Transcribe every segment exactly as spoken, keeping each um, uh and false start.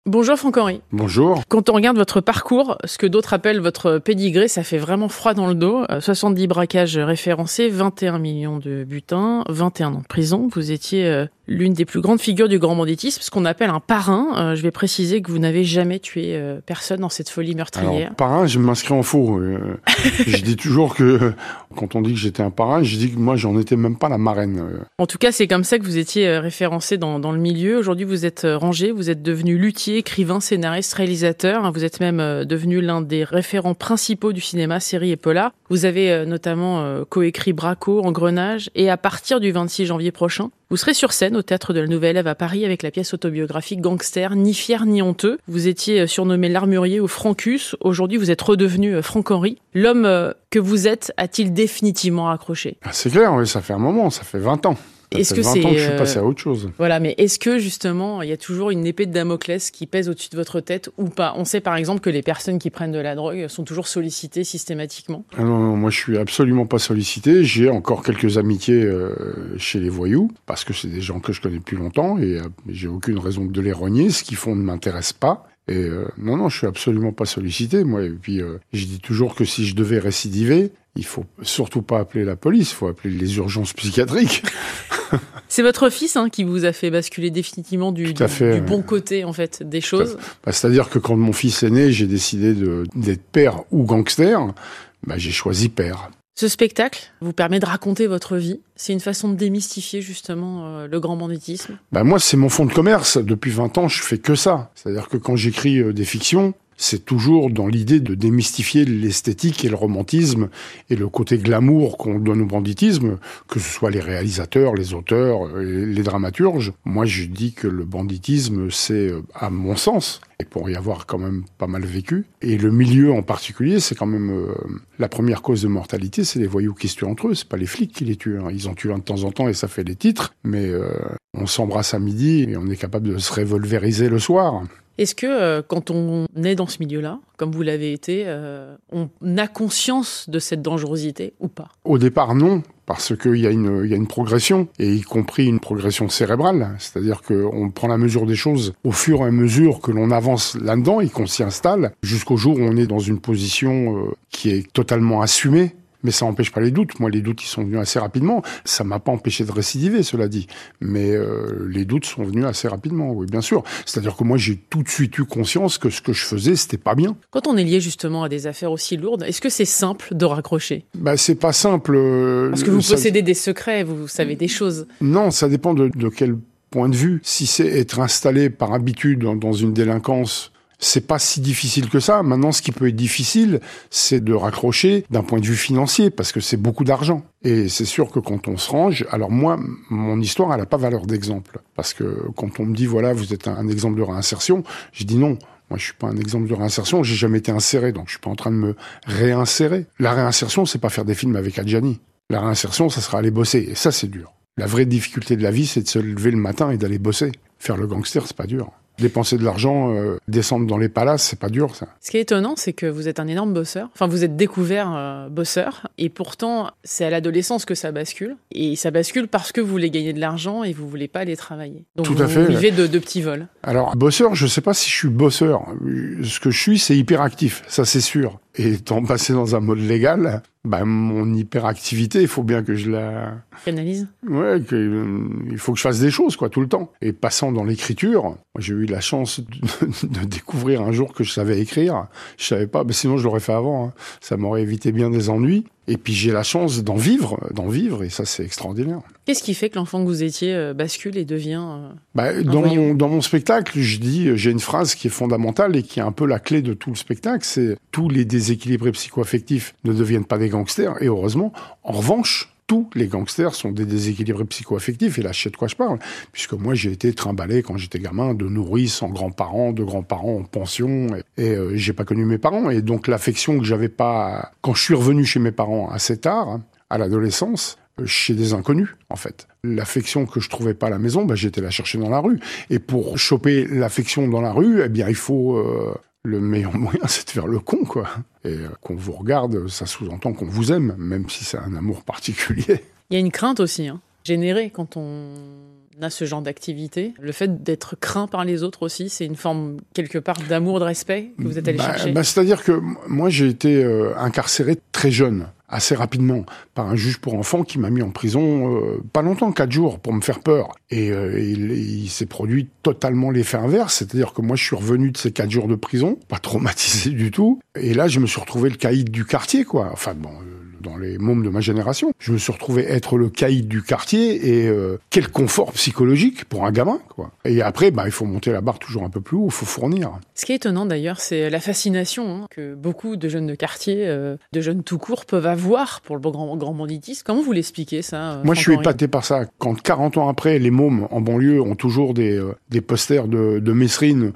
Bonjour Franck-Henri. Bonjour. Quand on regarde votre parcours, ce que d'autres appellent votre pédigré, ça fait vraiment froid dans le dos. soixante-dix braquages référencés, vingt et un millions de butin, vingt et un ans de prison. Vous étiez euh, l'une des plus grandes figures du grand banditisme, ce qu'on appelle un parrain. Euh, je vais préciser que vous n'avez jamais tué euh, personne dans cette folie meurtrière. Alors, parrain, je m'inscris en faux. Euh, je dis toujours que quand on dit que j'étais un parrain, je dis que moi, j'en étais même pas la marraine. En tout cas, c'est comme ça que vous étiez euh, référencé dans, dans le milieu. Aujourd'hui, vous êtes euh, rangé, vous êtes devenu luthier, écrivain, scénariste, réalisateur. Vous êtes même euh, devenu l'un des référents principaux du cinéma, série et polar. Vous avez euh, notamment euh, coécrit Braco, Engrenage, et à partir du vingt-six janvier prochain, vous serez sur scène au Théâtre de la Nouvelle Ève à Paris avec la pièce autobiographique Gangster, ni fier ni honteux. Vous étiez surnommé l'Armurier ou Francus. Aujourd'hui, vous êtes redevenu Franck-Henri. L'homme que vous êtes a-t-il définitivement accroché ? C'est clair, oui, ça fait un moment, ça fait vingt ans. Ça est-ce fait que vingt c'est ans que je suis passé à autre chose. Voilà, mais est-ce que justement, il y a toujours une épée de Damoclès qui pèse au-dessus de votre tête ou pas ? On sait par exemple que les personnes qui prennent de la drogue sont toujours sollicitées systématiquement. Ah non, non, moi je suis absolument pas sollicité. J'ai encore quelques amitiés euh, chez les voyous, parce que c'est des gens que je connais depuis longtemps et euh, j'ai aucune raison de les renier. Ce qu'ils font ne m'intéresse pas. Et euh, non, non, je suis absolument pas sollicité, moi. Et puis, euh, je dis toujours que si je devais récidiver, il faut surtout pas appeler la police, il faut appeler les urgences psychiatriques. C'est votre fils hein, qui vous a fait basculer définitivement du, du, fait, du bon côté en fait des choses. Bah, c'est-à-dire que quand mon fils est né, j'ai décidé de, d'être père ou gangster. Bah, j'ai choisi père. Ce spectacle vous permet de raconter votre vie. C'est une façon de démystifier justement euh, le grand banditisme. Bah moi, c'est mon fonds de commerce. Depuis vingt ans, je fais que ça. C'est-à-dire que quand j'écris euh, des fictions, c'est toujours dans l'idée de démystifier l'esthétique et le romantisme et le côté glamour qu'on donne au banditisme, que ce soit les réalisateurs, les auteurs, les dramaturges. Moi, je dis que le banditisme, c'est, à mon sens, et pour y avoir quand même pas mal vécu, et le milieu en particulier, c'est quand même euh, la première cause de mortalité, c'est les voyous qui se tuent entre eux, c'est pas les flics qui les tuent. Hein. Ils en tuent un de temps en temps et ça fait les titres, mais euh, on s'embrasse à midi et on est capable de se revolveriser le soir. Est-ce que euh, quand on est dans ce milieu-là, comme vous l'avez été, euh, on a conscience de cette dangerosité ou pas ? Au départ, non, parce qu'il y a une, il y a une progression, et y compris une progression cérébrale. C'est-à-dire qu'on prend la mesure des choses au fur et à mesure que l'on avance là-dedans et qu'on s'y installe, jusqu'au jour où on est dans une position euh, qui est totalement assumée. Mais ça n'empêche pas les doutes. Moi, les doutes, ils sont venus assez rapidement. Ça m'a pas empêché de récidiver, cela dit. Mais euh, les doutes sont venus assez rapidement, oui, bien sûr. C'est-à-dire que moi, j'ai tout de suite eu conscience que ce que je faisais, c'était pas bien. Quand on est lié justement à des affaires aussi lourdes, est-ce que c'est simple de raccrocher ? Bah, c'est pas simple. Euh, Parce que vous ça... possédez des secrets, vous savez des choses. Non, ça dépend de, de quel point de vue. Si c'est être installé par habitude dans, dans une délinquance, c'est pas si difficile que ça. Maintenant, ce qui peut être difficile, c'est de raccrocher d'un point de vue financier, parce que c'est beaucoup d'argent. Et c'est sûr que quand on se range, alors moi, mon histoire, elle a pas valeur d'exemple. Parce que quand on me dit, voilà, vous êtes un, un exemple de réinsertion, je dis non. Moi, je suis pas un exemple de réinsertion, j'ai jamais été inséré, donc je suis pas en train de me réinsérer. La réinsertion, c'est pas faire des films avec Adjani. La réinsertion, ça sera aller bosser. Et ça, c'est dur. La vraie difficulté de la vie, c'est de se lever le matin et d'aller bosser. Faire le gangster, c'est pas dur. Dépenser de l'argent, euh, descendre dans les palaces, c'est pas dur, ça. Ce qui est étonnant, c'est que vous êtes un énorme bosseur. Enfin, vous êtes découvert euh, bosseur. Et pourtant, c'est à l'adolescence que ça bascule. Et ça bascule parce que vous voulez gagner de l'argent et vous voulez pas aller travailler. Donc, Tout vous, à fait. vous vivez de, de petits vols. Alors, bosseur, je sais pas si je suis bosseur. Ce que je suis, c'est hyperactif. Ça, c'est sûr. Et étant passé dans un mode légal, bah, mon hyperactivité, il faut bien que je la... Canalise ? Ouais, que, euh, il faut que je fasse des choses, quoi, tout le temps. Et passant dans l'écriture, moi, j'ai eu la chance de, de découvrir un jour que je savais écrire. Je savais pas, mais sinon je l'aurais fait avant, hein. Ça m'aurait évité bien des ennuis. Et puis j'ai la chance d'en vivre, d'en vivre, et ça c'est extraordinaire. Qu'est-ce qui fait que l'enfant que vous étiez euh, bascule et devient euh, bah, dans, mon, dans mon spectacle, je dis, j'ai une phrase qui est fondamentale et qui est un peu la clé de tout le spectacle, c'est tous les déséquilibrés psycho-affectifs ne deviennent pas des gangsters, et heureusement. En revanche, tous les gangsters sont des déséquilibrés psycho-affectifs, et là, je sais de quoi je parle, puisque moi, j'ai été trimballé quand j'étais gamin de nourrice en grands-parents, de grands-parents en pension, et, et euh, j'ai pas connu mes parents, et donc l'affection que j'avais pas quand je suis revenu chez mes parents assez tard, hein, à l'adolescence, chez des inconnus, en fait. L'affection que je trouvais pas à la maison, bah, j'étais la chercher dans la rue. Et pour choper l'affection dans la rue, eh bien, il faut... Euh, le meilleur moyen, c'est de faire le con, quoi. Et euh, qu'on vous regarde, ça sous-entend qu'on vous aime, même si c'est un amour particulier. Il y a une crainte aussi, hein, générée quand on a ce genre d'activité. Le fait d'être craint par les autres aussi, c'est une forme, quelque part, d'amour, de respect que vous êtes allé bah, chercher. bah, c'est-à-dire que moi, j'ai été euh, incarcéré très jeune, assez rapidement, par un juge pour enfants qui m'a mis en prison euh, pas longtemps, quatre jours, pour me faire peur. Et euh, il, il s'est produit totalement l'effet inverse, c'est-à-dire que moi, je suis revenu de ces quatre jours de prison, pas traumatisé du tout, et là, je me suis retrouvé le caïd du quartier, quoi. Enfin, bon... Euh, dans les mômes de ma génération. Je me suis retrouvé être le caïd du quartier et euh, quel confort psychologique pour un gamin, quoi. Et après, bah, il faut monter la barre toujours un peu plus haut, il faut fournir. Ce qui est étonnant d'ailleurs, c'est la fascination hein, que beaucoup de jeunes de quartier, euh, de jeunes tout court, peuvent avoir pour le grand, grand banditisme. Comment vous l'expliquez ça euh, Moi, je suis épaté par ça. Quand quarante ans après, les mômes en banlieue ont toujours des, euh, des posters de, de Mesrine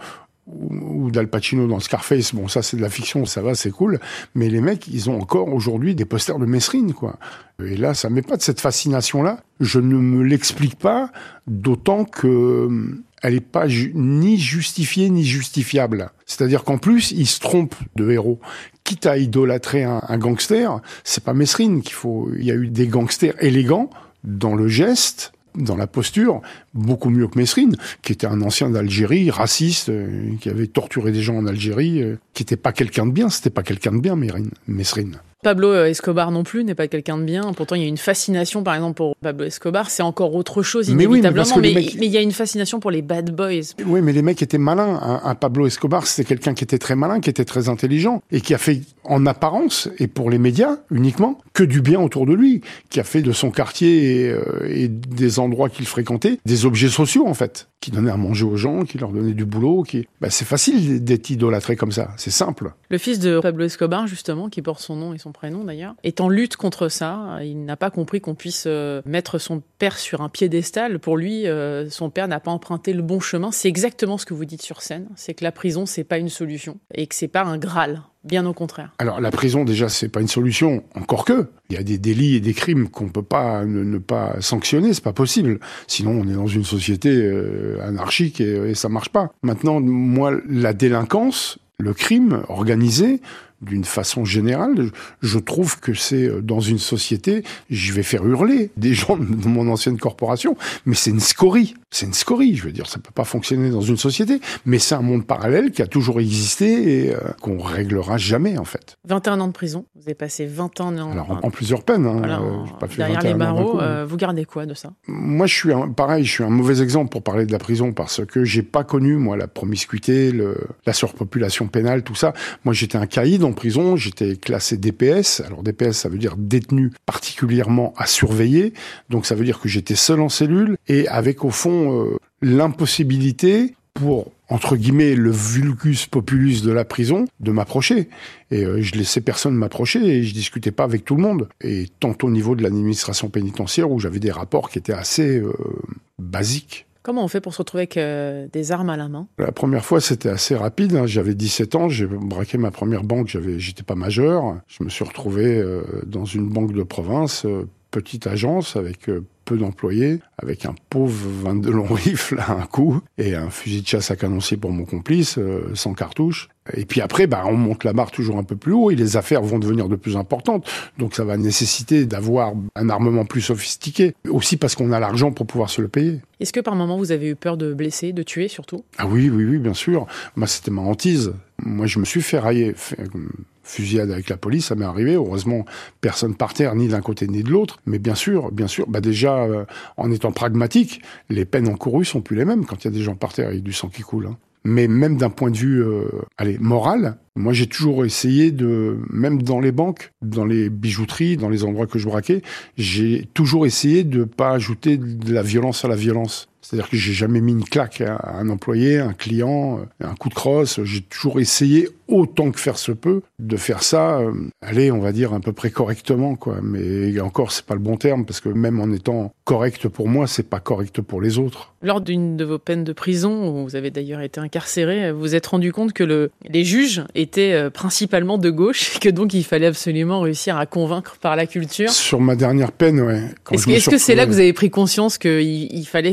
ou d'Al Pacino dans Scarface, bon ça c'est de la fiction, ça va, c'est cool, mais les mecs, ils ont encore aujourd'hui des posters de Mesrine, quoi. Et là, ça m'épate cette fascination-là. Je ne me l'explique pas, d'autant que elle n'est pas ju- ni justifiée ni justifiable. C'est-à-dire qu'en plus, ils se trompent de héros. Quitte à idolâtrer un, un gangster, c'est pas Mesrine qu'il faut. Il y a eu des gangsters élégants dans le geste, dans la posture, beaucoup mieux que Mesrine, qui était un ancien d'Algérie, raciste, euh, qui avait torturé des gens en Algérie, euh, qui était pas quelqu'un de bien, c'était pas quelqu'un de bien, Mesrine. Pablo Escobar non plus n'est pas quelqu'un de bien. Pourtant, il y a une fascination, par exemple, pour Pablo Escobar. C'est encore autre chose, inévitablement. Mais, oui, mais, mais, mecs... mais il y a une fascination pour les bad boys. Oui, mais les mecs étaient malins. Un, un Pablo Escobar, c'était quelqu'un qui était très malin, qui était très intelligent, et qui a fait, en apparence, et pour les médias uniquement, que du bien autour de lui. Qui a fait de son quartier et, euh, et des endroits qu'il fréquentait des objets sociaux, en fait. Qui donnaient à manger aux gens, qui leur donnaient du boulot. Qui... Bah, c'est facile d'être idolâtré comme ça. C'est simple. Le fils de Pablo Escobar, justement, qui porte son nom et son prénom d'ailleurs, est en lutte contre ça. Il n'a pas compris qu'on puisse euh, mettre son père sur un piédestal. Pour lui, euh, son père n'a pas emprunté le bon chemin. C'est exactement ce que vous dites sur scène. C'est que la prison, c'est pas une solution et que c'est pas un Graal. Bien au contraire. Alors la prison, déjà, c'est pas une solution. Encore que, il y a des délits et des crimes qu'on peut pas ne, ne pas sanctionner, c'est pas possible. Sinon, on est dans une société euh, anarchique et, et ça marche pas. Maintenant, moi, la délinquance, le crime organisé, d'une façon générale, je trouve que c'est dans une société, je vais faire hurler des gens de mon ancienne corporation, mais c'est une scorie. C'est une scorie, je veux dire, ça peut pas fonctionner dans une société, mais c'est un monde parallèle qui a toujours existé et euh, qu'on réglera jamais, en fait. vingt et un ans de prison, vous avez passé vingt ans... En, Alors, en, en plusieurs peines, hein, voilà, euh, j'ai pas fait derrière les barreaux, euh, vous gardez quoi de ça? Moi, je suis un, pareil, je suis un mauvais exemple pour parler de la prison, parce que j'ai pas connu, moi, la promiscuité, le, la surpopulation pénale, tout ça. Moi, j'étais un caïd en prison, j'étais classé D P S. Alors D P S, ça veut dire détenu particulièrement à surveiller. Donc ça veut dire que j'étais seul en cellule et avec au fond euh, l'impossibilité pour, entre guillemets, le vulgus populus de la prison, de m'approcher. Et euh, je laissais personne m'approcher et je discutais pas avec tout le monde. Et tant au niveau de l'administration pénitentiaire où j'avais des rapports qui étaient assez euh, basiques. Comment on fait pour se retrouver avec euh, des armes à la main? La première fois, c'était assez rapide. Hein. J'avais dix-sept ans, j'ai braqué ma première banque, j'avais, j'étais pas majeur. Je me suis retrouvé euh, dans une banque de province, euh, petite agence avec euh, peu d'employés, avec un pauvre vingt-deux long rifle à un coup et un fusil de chasse à canoncier pour mon complice, euh, sans cartouche. Et puis après, bah, on monte la barre toujours un peu plus haut et les affaires vont devenir de plus importantes. Donc ça va nécessiter d'avoir un armement plus sophistiqué. Aussi parce qu'on a l'argent pour pouvoir se le payer. Est-ce que par moment vous avez eu peur de blesser, de tuer surtout? Ah oui, oui, oui, bien sûr. Moi, c'était ma hantise. Moi, je me suis fait railler. Fait, fusillade avec la police, ça m'est arrivé. Heureusement, personne par terre, ni d'un côté ni de l'autre. Mais bien sûr, bien sûr, bah déjà, euh, en étant pragmatique, les peines encourues sont plus les mêmes quand il y a des gens par terre avec du sang qui coule. Hein. Mais même d'un point de vue, euh, allez, moral, moi j'ai toujours essayé de, même dans les banques, dans les bijouteries, dans les endroits que je braquais, j'ai toujours essayé de pas ajouter de la violence à la violence. C'est-à-dire que j'ai jamais mis une claque à un employé, un client, un coup de crosse. J'ai toujours essayé, autant que faire se peut, de faire ça, euh, allez, on va dire à peu près correctement, quoi. Mais encore, c'est pas le bon terme, parce que même en étant correct pour moi, c'est pas correct pour les autres. Lors d'une de vos peines de prison, où vous avez d'ailleurs été incarcéré, vous vous êtes rendu compte que le, les juges étaient principalement de gauche, et que donc il fallait absolument réussir à convaincre par la culture. Sur ma dernière peine, ouais. Quand est-ce, est-ce que c'est là que vous avez pris conscience qu'il il fallait effectivement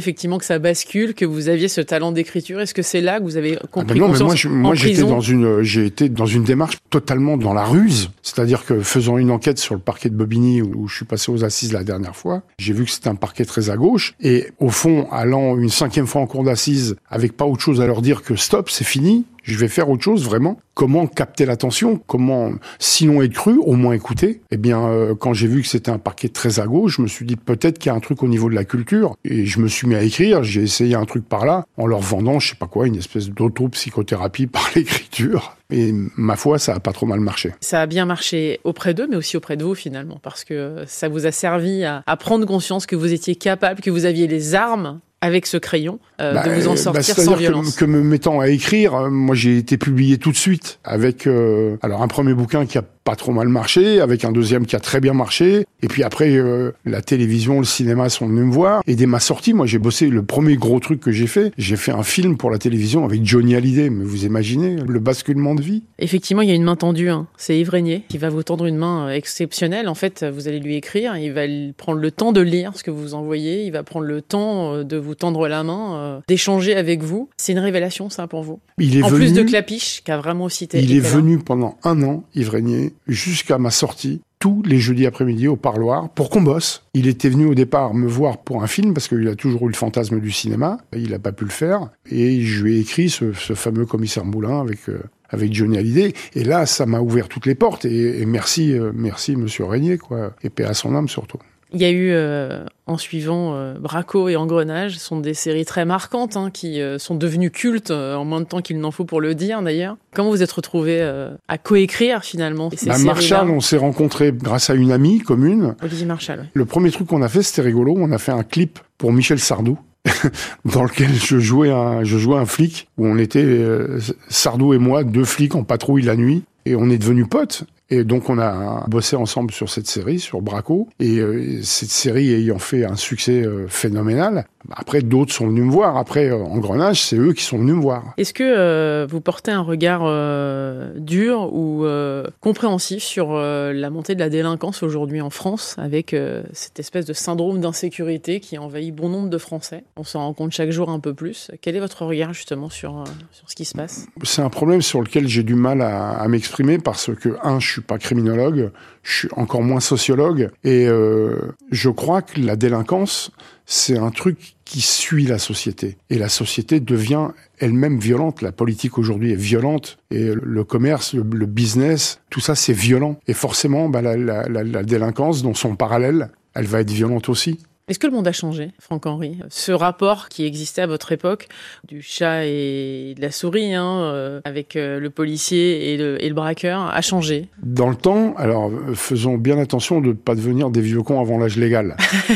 que ça bascule, que vous aviez ce talent d'écriture? Est-ce que c'est là que vous avez compris? Ah ben non, conscience mais moi, je, moi en j'étais prison dans une, j'ai été dans une démarche totalement dans la ruse. C'est-à-dire que faisant une enquête sur le parquet de Bobigny, où, où je suis passé aux assises la dernière fois, j'ai vu que c'était un parquet très à gauche. Et au fond, allant une cinquième fois en cour d'assises, avec pas autre chose à leur dire que stop, c'est fini. Je vais faire autre chose, vraiment. Comment capter l'attention? Comment, sinon être cru, au moins écouter? Eh bien, euh, quand j'ai vu que c'était un parquet très à gauche, je me suis dit peut-être qu'il y a un truc au niveau de la culture. Et je me suis mis à écrire. J'ai essayé un truc par là, en leur vendant, je sais pas quoi, une espèce d'auto-psychothérapie par l'écriture. Et ma foi, ça a pas trop mal marché. Ça a bien marché auprès d'eux, mais aussi auprès de vous, finalement, parce que ça vous a servi à, à prendre conscience que vous étiez capable, que vous aviez les armes avec ce crayon, euh, bah, de vous en sortir bah, sans violence. Que, que me mettant à écrire, euh, moi j'ai été publié tout de suite avec euh, alors un premier bouquin qui a pas trop mal marché, avec un deuxième qui a très bien marché, et puis après euh, la télévision, le cinéma sont venus me voir, et dès ma sortie, moi j'ai bossé, le premier gros truc que j'ai fait, j'ai fait un film pour la télévision avec Johnny Hallyday, mais vous imaginez le basculement de vie? Effectivement, il y a une main tendue, hein. C'est Yves Régnier qui va vous tendre une main exceptionnelle. En fait, vous allez lui écrire, il va prendre le temps de lire ce que vous envoyez, il va prendre le temps de vous tendre la main, euh, d'échanger avec vous. C'est une révélation, ça, pour vous? Il est en venu, plus de Clapiche, qui a vraiment cité. Il est venu pendant un an, Yves Régnier, jusqu'à ma sortie, tous les jeudis après-midi au parloir, pour qu'on bosse. Il était venu au départ me voir pour un film, parce qu'il a toujours eu le fantasme du cinéma. Il n'a pas pu le faire. Et je lui ai écrit ce, ce fameux Commissaire Moulin avec... Euh, avec Johnny Hallyday, et là, ça m'a ouvert toutes les portes, et, et merci, euh, merci Monsieur Régnier, quoi, et paix à son âme surtout. Il y a eu, euh, en suivant euh, Braco et Engrenage, ce sont des séries très marquantes, hein, qui euh, sont devenues cultes euh, en moins de temps qu'il n'en faut pour le dire, d'ailleurs. Comment vous êtes retrouvés euh, à coécrire, finalement, ces bah, séries-là? Marshall, on s'est rencontrés grâce à une amie commune. Olivier Marshall, oui. Le premier truc qu'on a fait, c'était rigolo, on a fait un clip pour Michel Sardou, dans lequel je jouais un, je jouais un flic, où on était, euh, Sardou et moi, deux flics en patrouille la nuit, et on est devenus potes. Et donc on a bossé ensemble sur cette série, sur Braco, et euh, cette série ayant fait un succès euh, phénoménal, après d'autres sont venus me voir, après euh, Engrenage, c'est eux qui sont venus me voir. Est-ce que euh, vous portez un regard euh, dur ou euh, compréhensif sur euh, la montée de la délinquance aujourd'hui en France, avec euh, cette espèce de syndrome d'insécurité qui envahit bon nombre de Français? On s'en rend compte chaque jour un peu plus. Quel est votre regard justement sur, euh, sur ce qui se passe? C'est un problème sur lequel j'ai du mal à, à m'exprimer parce que, un, je suis pas criminologue, je suis encore moins sociologue, et euh, je crois que la délinquance, c'est un truc qui suit la société. Et la société devient elle-même violente. La politique aujourd'hui est violente, et le commerce, le, le business, tout ça c'est violent. Et forcément, bah, la, la, la, la délinquance, dans son parallèle, elle va être violente aussi. Est-ce que le monde a changé, Franck-Henri? Ce rapport qui existait à votre époque, du chat et de la souris, hein, euh, avec euh, le policier et le, et le braqueur, a changé? Dans le temps, alors faisons bien attention de ne pas devenir des vieux cons avant l'âge légal.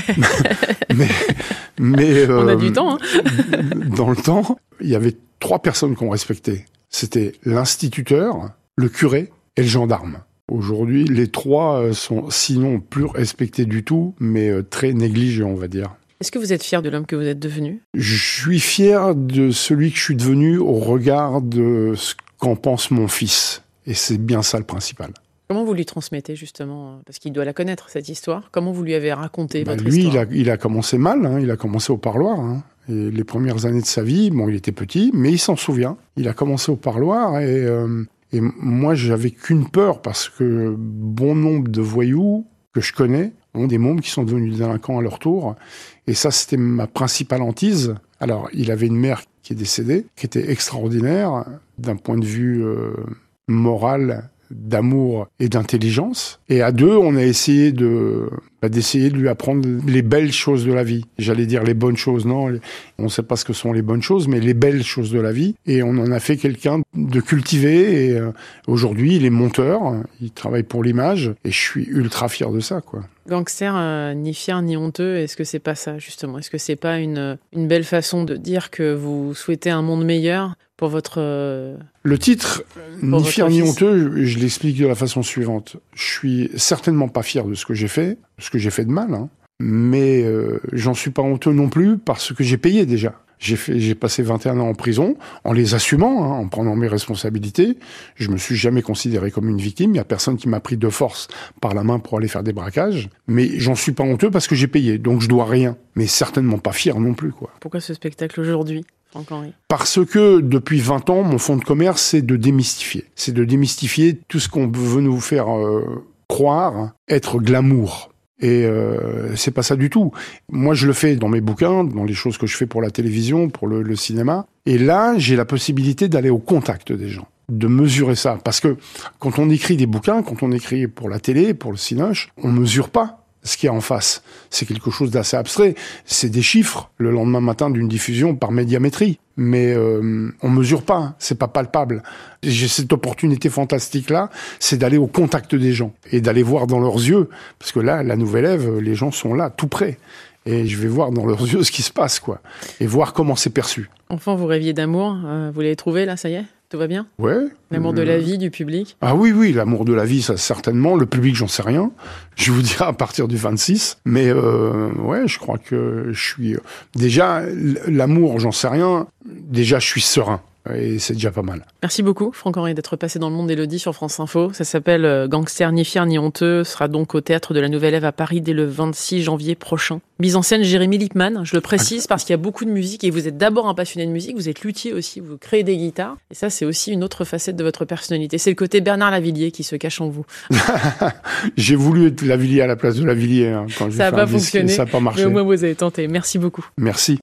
mais, mais euh, On a du euh, temps. Hein. Dans le temps, il y avait trois personnes qu'on respectait. C'était l'instituteur, le curé et le gendarme. Aujourd'hui, les trois sont sinon plus respectés du tout, mais très négligés, on va dire. Est-ce que vous êtes fier de l'homme que vous êtes devenu? Je suis fier de celui que je suis devenu au regard de ce qu'en pense mon fils. Et c'est bien ça le principal. Comment vous lui transmettez justement? Parce qu'il doit la connaître, cette histoire. Comment vous lui avez raconté bah, votre lui, histoire? Lui, il, il a commencé mal, hein, il a commencé au parloir. Hein. Et les premières années de sa vie, bon, il était petit, mais il s'en souvient. Il a commencé au parloir et... Euh, Et moi, j'avais qu'une peur, parce que bon nombre de voyous que je connais ont des mômes qui sont devenus délinquants à leur tour. Et ça, c'était ma principale hantise. Alors, il avait une mère qui est décédée, qui était extraordinaire d'un point de vue euh, moral, d'amour et d'intelligence. Et à deux, on a essayé de bah, d'essayer de lui apprendre les belles choses de la vie. J'allais dire les bonnes choses, non, les, on ne sait pas ce que sont les bonnes choses, mais les belles choses de la vie. Et on en a fait quelqu'un de cultivé. Et euh, aujourd'hui, il est monteur, il travaille pour l'image, et je suis ultra fier de ça, quoi. Gangster, euh, ni fier ni honteux, est-ce que c'est pas ça, justement? Est-ce que c'est pas une, une belle façon de dire que vous souhaitez un monde meilleur pour votre... Euh, Le titre, ni fier ni honteux, je, je l'explique de la façon suivante. Je suis certainement pas fier de ce que j'ai fait, ce que j'ai fait de mal, hein, mais euh, j'en suis pas honteux non plus parce que j'ai payé déjà. J'ai fait, j'ai passé vingt et un ans en prison, en les assumant, hein, en prenant mes responsabilités. Je me suis jamais considéré comme une victime. Il y a personne qui m'a pris de force par la main pour aller faire des braquages. Mais j'en suis pas honteux parce que j'ai payé. Donc je dois rien. Mais certainement pas fier non plus, quoi. Pourquoi ce spectacle aujourd'hui, Franck-Henri ? Parce que depuis vingt ans, mon fonds de commerce, c'est de démystifier. C'est de démystifier tout ce qu'on veut nous faire euh, croire être glamour. Et euh, c'est pas ça du tout. Moi, je le fais dans mes bouquins, dans les choses que je fais pour la télévision, pour le, le cinéma. Et là, j'ai la possibilité d'aller au contact des gens, de mesurer ça. Parce que quand on écrit des bouquins, quand on écrit pour la télé, pour le cinoche, on mesure pas ce qu'il y a en face. C'est quelque chose d'assez abstrait. C'est des chiffres le lendemain matin d'une diffusion par médiamétrie. Mais euh, on mesure pas, hein. C'est pas palpable. J'ai cette opportunité fantastique-là, c'est d'aller au contact des gens et d'aller voir dans leurs yeux. Parce que là, la Nouvelle Ève, les gens sont là, tout près. Et je vais voir dans leurs yeux ce qui se passe, quoi. Et voir comment c'est perçu. Enfant, vous rêviez d'amour. Euh, vous l'avez trouvé, là, ça y est ? Tout va bien ? Ouais. L'amour euh... de la vie, du public ? Ah oui, oui, l'amour de la vie, ça certainement. Le public, j'en sais rien. Je vous dirai à partir du vingt-six. Mais euh, ouais, je crois que je suis... Déjà, l'amour, j'en sais rien. Déjà, je suis serein. Et c'est déjà pas mal. Merci beaucoup, Franck-Henri, d'être passé dans le monde d'Élodie sur France Info. Ça s'appelle Gangster, ni fier ni honteux. Ce sera donc au Théâtre de la Nouvelle Ève à Paris dès le vingt-six janvier prochain. Mise en scène Jérémy Lippmann, je le précise parce qu'il y a beaucoup de musique et vous êtes d'abord un passionné de musique, vous êtes luthier aussi, vous créez des guitares. Et ça, c'est aussi une autre facette de votre personnalité. C'est le côté Bernard Lavillier qui se cache en vous. J'ai voulu être Lavillier à la place de Lavillier. Hein, quand ça n'a pas fonctionné, ça n'a pas marché. Mais au moins vous avez tenté. Merci beaucoup. Merci.